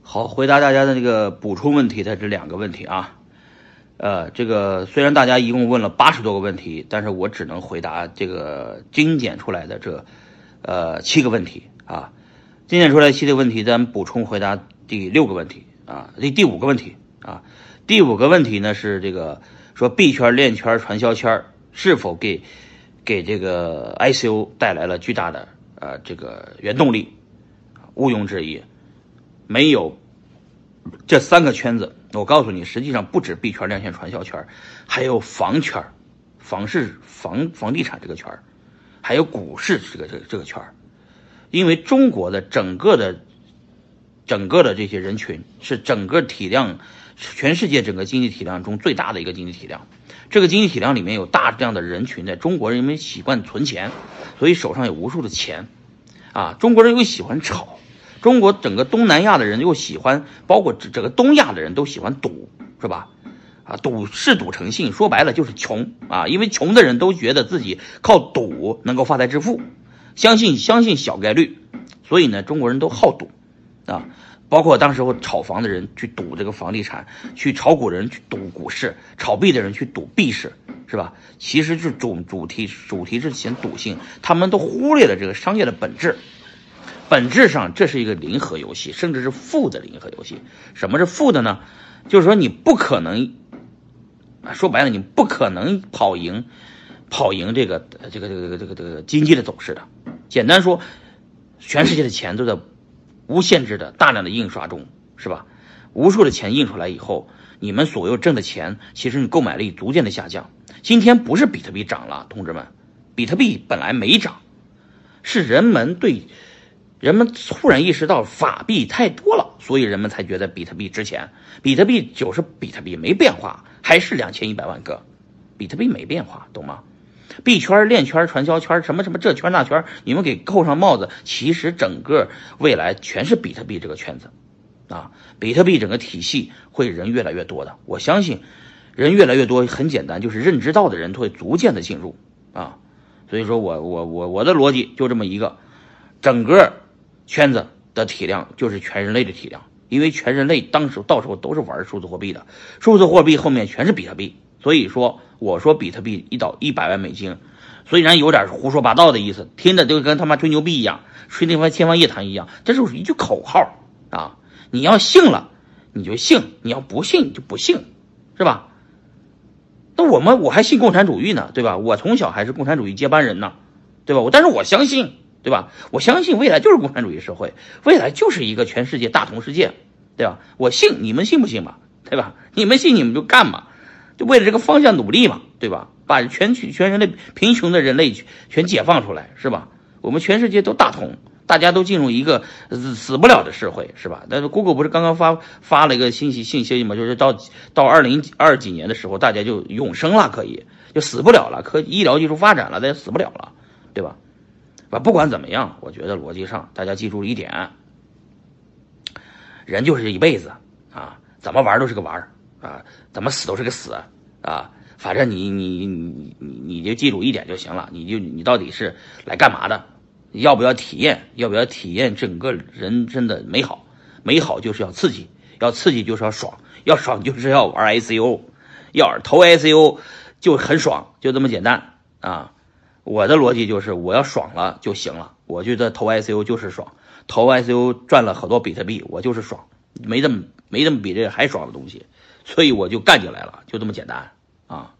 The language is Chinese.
好，回答大家的这个补充问题的这2个问题啊。这个虽然大家一共问了80多个问题，但是我只能回答这个精简出来的这7个问题啊。精简出来7个问题，咱补充回答第6个问题啊，第5个问题啊。第5个问题呢是这个说币圈、链圈、传销圈是否给这个 ICO 带来了巨大的这个原动力？毋庸置疑，没有这3个圈子，我告诉你，实际上不止币圈、链圈、传销圈，还有房圈、房地产这个圈，还有股市这个圈。因为中国的整个的这些人群是整个体量，全世界整个经济体量中最大的一个经济体量。这个经济体量里面有大量的人群，在中国人因为习惯存钱，所以手上有无数的钱啊。中国人又喜欢炒。中国整个东南亚的人又喜欢，包括整个东亚的人都喜欢赌，是吧？赌成性，说白了就是穷啊！因为穷的人都觉得自己靠赌能够发财致富，相信小概率，所以呢，中国人都好赌啊。包括当时炒房的人去赌这个房地产，去炒股的人去赌股市，炒币的人去赌币市，是吧？其实是主题是显赌性，他们都忽略了这个商业的本质。本质上这是一个零和游戏，甚至是负的零和游戏。什么是负的呢？就是说你不可能，说白了你不可能跑赢这个经济的走势的。简单说，全世界的钱都在无限制的大量的印刷中，是吧？无数的钱印出来以后，你们所有挣的钱，其实你购买力逐渐的下降。今天不是比特币涨了，同志们，比特币本来没涨，是人们突然意识到法币太多了，所以人们才觉得比特币值钱。比特币就是比特币，没变化，还是2100万个，比特币没变化，懂吗？币圈、链圈、传销圈，什么这圈那圈，你们给扣上帽子，其实整个未来全是比特币这个圈子啊。比特币整个体系会人越来越多的，我相信人越来越多，很简单，就是认知到的人会逐渐的进入啊。所以说我的逻辑就这么一个，整个圈子的体量就是全人类的体量，因为全人类到时候都是玩数字货币的，数字货币后面全是比特币，所以说我说比特币100万美金，虽然有点胡说八道的意思，听着就跟他妈吹牛逼一样，吹那番天方夜谭一样，这就是一句口号啊！你要信了你就信，你要不信就不信，是吧？那我还信共产主义呢，对吧？我从小还是共产主义接班人呢，对吧？但是我相信。对吧？我相信未来就是共产主义社会，未来就是一个全世界大同世界，对吧？我信，你们信不信嘛？对吧？你们信你们就干嘛，就为了这个方向努力嘛，对吧？把全人类贫穷的人类全解放出来，是吧？我们全世界都大同，大家都进入一个死不了的社会，是吧？但是 Google 不是刚刚发了一个信息嘛，就是到2020几年的时候，大家就永生了，可以就死不了了，医疗技术发展了，大家死不了了，对吧？不管怎么样，我觉得逻辑上大家记住一点，人就是一辈子啊，怎么玩都是个玩啊，怎么死都是个死啊，反正你就记住一点就行了，你到底是来干嘛的？要不要体验整个人生的美好？美好就是要刺激，要刺激就是要爽，要爽就是要玩 ICO， 要投 ICO 就很爽，就这么简单啊。我的逻辑就是我要爽了就行了，我觉得投 ICO 就是爽，投 ICO 赚了好多比特币，我就是爽，没这么比这个还爽的东西，所以我就干进来了，就这么简单啊。